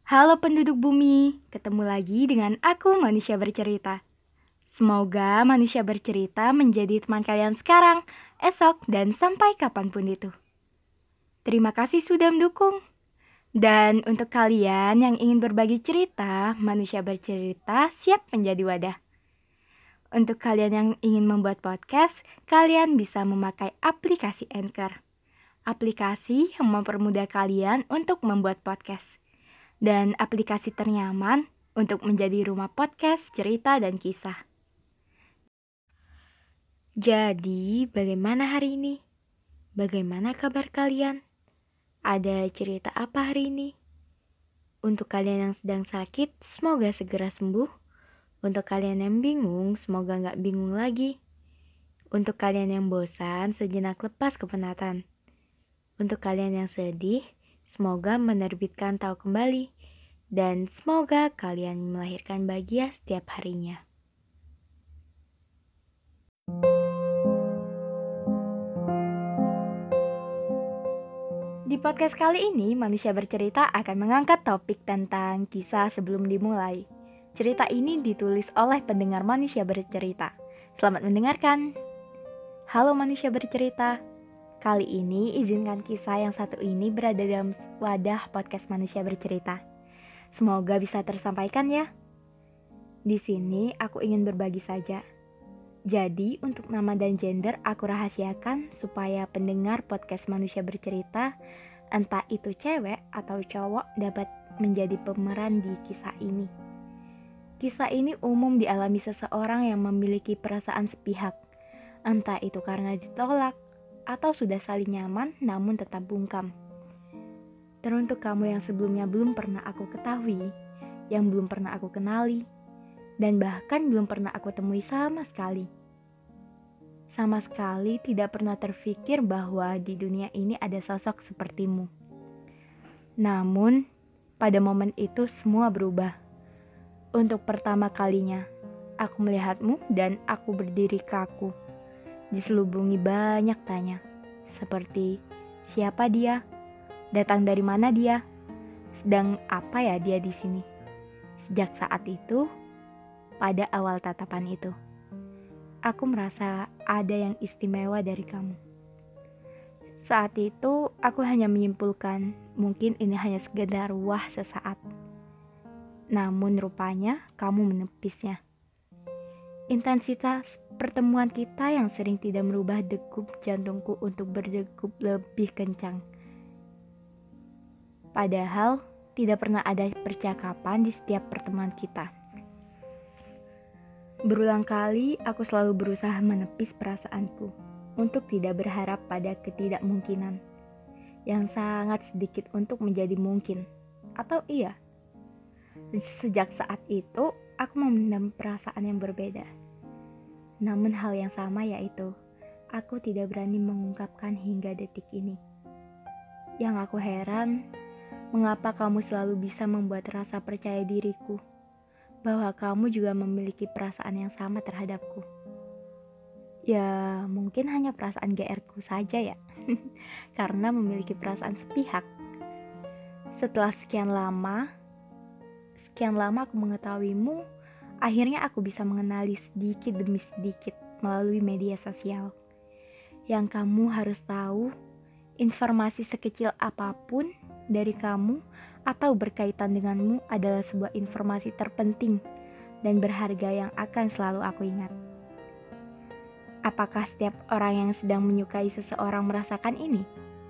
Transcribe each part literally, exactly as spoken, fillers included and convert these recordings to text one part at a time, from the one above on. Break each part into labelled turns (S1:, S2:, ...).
S1: Halo penduduk bumi, ketemu lagi dengan aku Manusia Bercerita. Semoga Manusia Bercerita menjadi teman kalian sekarang, esok, dan sampai kapanpun itu. Terima kasih sudah mendukung. Dan untuk kalian yang ingin berbagi cerita, Manusia Bercerita siap menjadi wadah. Untuk kalian yang ingin membuat podcast, kalian bisa memakai aplikasi Anchor. Aplikasi yang mempermudah kalian untuk membuat podcast. Dan aplikasi ternyaman untuk menjadi rumah podcast, cerita, dan kisah. Jadi, bagaimana hari ini? Bagaimana kabar kalian? Ada cerita apa hari ini? Untuk kalian yang sedang sakit, semoga segera sembuh. Untuk kalian yang bingung, semoga gak bingung lagi. Untuk kalian yang bosan, sejenak lepas kepenatan. Untuk kalian yang sedih, semoga menerbitkan tahu kembali. Dan semoga kalian melahirkan bahagia setiap harinya. Di podcast kali ini, Manusia Bercerita akan mengangkat topik tentang kisah sebelum dimulai. Cerita ini ditulis oleh pendengar Manusia Bercerita. Selamat mendengarkan. Halo Manusia Bercerita. Kali ini izinkan kisah yang satu ini berada dalam wadah podcast Manusia Bercerita. Semoga bisa tersampaikan ya. Di sini aku ingin berbagi saja. Jadi untuk nama dan gender aku rahasiakan supaya pendengar podcast Manusia Bercerita, entah itu cewek atau cowok, dapat menjadi pemeran di kisah ini. Kisah ini umum dialami seseorang yang memiliki perasaan sepihak, entah itu karena ditolak atau sudah saling nyaman namun tetap bungkam. Teruntuk kamu yang sebelumnya belum pernah aku ketahui, yang belum pernah aku kenali, dan bahkan belum pernah aku temui sama sekali. Sama sekali tidak pernah terfikir bahwa di dunia ini ada sosok sepertimu. Namun, pada momen itu semua berubah. Untuk pertama kalinya, aku melihatmu dan aku berdiri kaku. Diselubungi banyak tanya, seperti siapa dia? Datang dari mana dia? Sedang apa ya dia di sini? Sejak saat itu, pada awal tatapan itu, aku merasa ada yang istimewa dari kamu. Saat itu, aku hanya menyimpulkan mungkin ini hanya sekedar wah sesaat. Namun rupanya kamu menepisnya. Intensitas pertemuan kita yang sering tidak merubah degup jantungku untuk berdegup lebih kencang. Padahal tidak pernah ada percakapan di setiap pertemuan kita. Berulang kali aku selalu berusaha menepis perasaanku untuk tidak berharap pada ketidakmungkinan yang sangat sedikit untuk menjadi mungkin. Atau iya, sejak saat itu aku memendam perasaan yang berbeda. Namun hal yang sama yaitu aku tidak berani mengungkapkan hingga detik ini. Yang aku heran, mengapa kamu selalu bisa membuat rasa percaya diriku bahwa kamu juga memiliki perasaan yang sama terhadapku. Ya, mungkin hanya perasaan G R-ku saja ya, karena memiliki perasaan sepihak. Setelah sekian lama, sekian lama aku mengetahuimu, akhirnya aku bisa mengenali sedikit demi sedikit melalui media sosial. Yang kamu harus tahu, informasi sekecil apapun dari kamu atau berkaitan denganmu adalah sebuah informasi terpenting dan berharga yang akan selalu aku ingat. Apakah setiap orang yang sedang menyukai seseorang merasakan ini?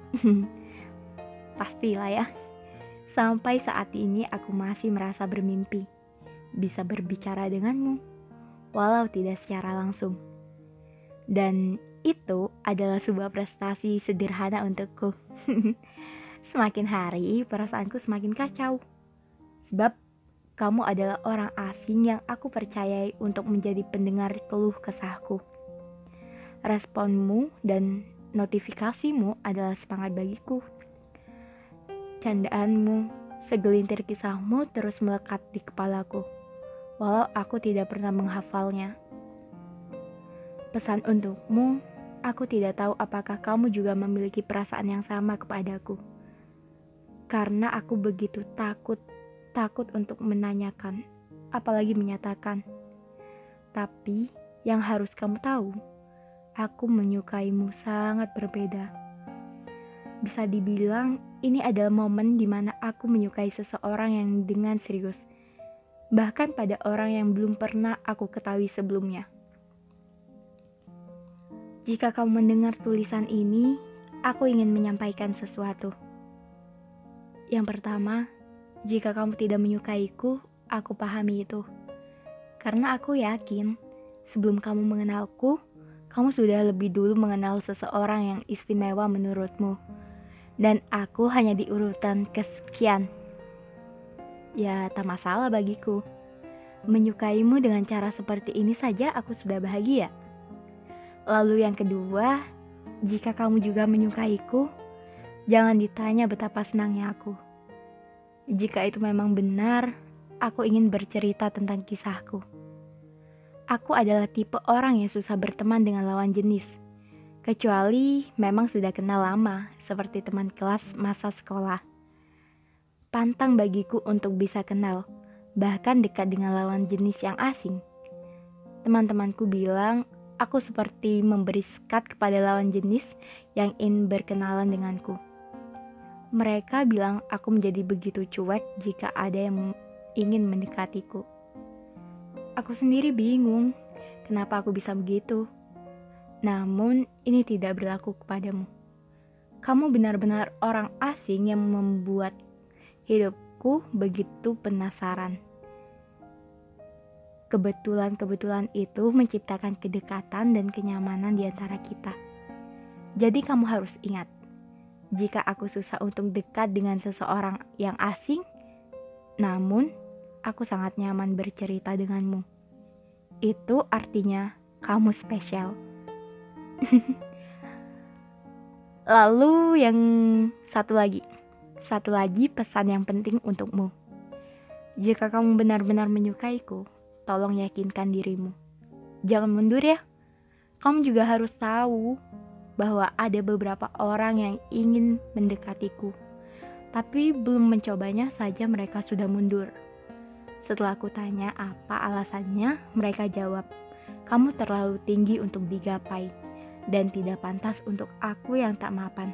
S1: Pastilah ya. Sampai saat ini aku masih merasa bermimpi bisa berbicara denganmu, walau tidak secara langsung. Dan itu adalah sebuah prestasi sederhana untukku. Semakin hari, perasaanku semakin kacau. Sebab kamu adalah orang asing yang aku percayai untuk menjadi pendengar keluh kesahku. Responmu dan notifikasimu adalah semangat bagiku. Candaanmu, segelintir kisahmu terus melekat di kepalaku, walau aku tidak pernah menghafalnya. Pesan untukmu, aku tidak tahu apakah kamu juga memiliki perasaan yang sama kepadaku. Karena aku begitu takut takut untuk menanyakan, apalagi menyatakan. Tapi yang harus kamu tahu, aku menyukaimu sangat berbeda. Bisa dibilang ini adalah momen di mana aku menyukai seseorang yang dengan serius, bahkan pada orang yang belum pernah aku ketahui sebelumnya. Jika kamu mendengar tulisan ini, aku ingin menyampaikan sesuatu. Yang pertama, jika kamu tidak menyukaiku, aku pahami itu. Karena aku yakin, sebelum kamu mengenalku, kamu sudah lebih dulu mengenal seseorang yang istimewa menurutmu. Dan aku hanya di urutan kesekian. Ya, tak masalah bagiku. Menyukaimu dengan cara seperti ini saja aku sudah bahagia. Lalu yang kedua, jika kamu juga menyukaiku, jangan ditanya betapa senangnya aku. Jika itu memang benar, aku ingin bercerita tentang kisahku. Aku adalah tipe orang yang susah berteman dengan lawan jenis, kecuali memang sudah kenal lama, seperti teman kelas masa sekolah. Pantang bagiku untuk bisa kenal, bahkan dekat dengan lawan jenis yang asing. Teman-temanku bilang, aku seperti memberi sekat kepada lawan jenis yang ingin berkenalan denganku. Mereka bilang aku menjadi begitu cuek jika ada yang ingin mendekatiku. Aku sendiri bingung kenapa aku bisa begitu. Namun ini tidak berlaku kepadamu. Kamu benar-benar orang asing yang membuat hidupku begitu penasaran. Kebetulan-kebetulan itu menciptakan kedekatan dan kenyamanan di antara kita. Jadi kamu harus ingat, jika aku susah untuk dekat dengan seseorang yang asing, namun aku sangat nyaman bercerita denganmu. Itu artinya kamu spesial. Lalu yang satu lagi, satu lagi pesan yang penting untukmu. Jika kamu benar-benar menyukaiku, tolong yakinkan dirimu. Jangan mundur ya. Kamu juga harus tahu bahwa ada beberapa orang yang ingin mendekatiku, tapi belum mencobanya saja mereka sudah mundur. Setelah aku tanya apa alasannya, mereka jawab, kamu terlalu tinggi untuk digapai dan tidak pantas untuk aku yang tak mapan.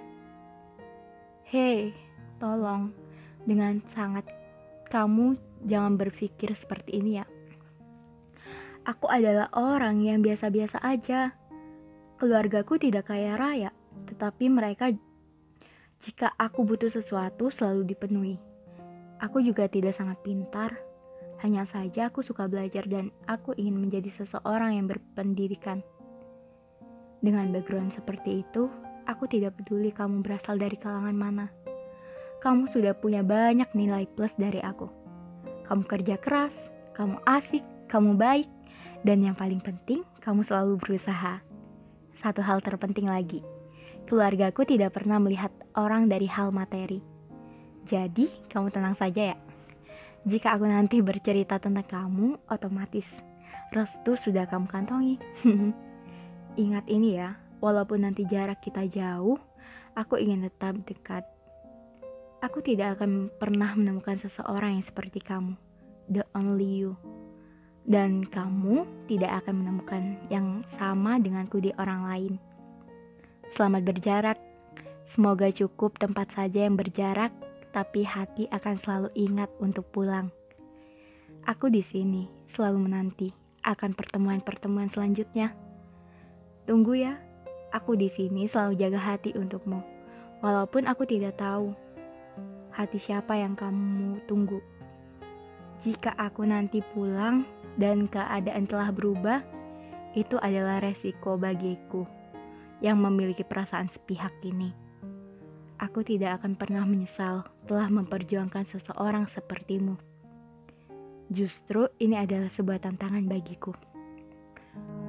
S1: Hei, tolong, dengan sangat kamu jangan berpikir seperti ini ya. Aku adalah orang yang biasa-biasa aja. Keluargaku tidak kaya raya, tetapi mereka jika aku butuh sesuatu selalu dipenuhi. Aku juga tidak sangat pintar. Hanya saja aku suka belajar dan aku ingin menjadi seseorang yang berpendidikan. Dengan background seperti itu, aku tidak peduli kamu berasal dari kalangan mana. Kamu sudah punya banyak nilai plus dari aku. Kamu kerja keras, kamu asik, kamu baik, dan yang paling penting, kamu selalu berusaha. Satu hal terpenting lagi, keluargaku tidak pernah melihat orang dari hal materi. Jadi, kamu tenang saja ya. Jika aku nanti bercerita tentang kamu, otomatis restu sudah kamu kantongi. Ingat ini ya, walaupun nanti jarak kita jauh, aku ingin tetap dekat. Aku tidak akan pernah menemukan seseorang yang seperti kamu, the only you. Dan kamu tidak akan menemukan yang sama denganku di orang lain. Selamat berjarak. Semoga cukup tempat saja yang berjarak, tapi hati akan selalu ingat untuk pulang. Aku di sini selalu menanti akan pertemuan-pertemuan selanjutnya. Tunggu ya, aku di sini selalu jaga hati untukmu. Walaupun aku tidak tahu hati siapa yang kamu tunggu. Jika aku nanti pulang dan keadaan telah berubah, itu adalah resiko bagiku yang memiliki perasaan sepihak ini. Aku tidak akan pernah menyesal telah memperjuangkan seseorang sepertimu. Justru ini adalah sebuah tantangan bagiku.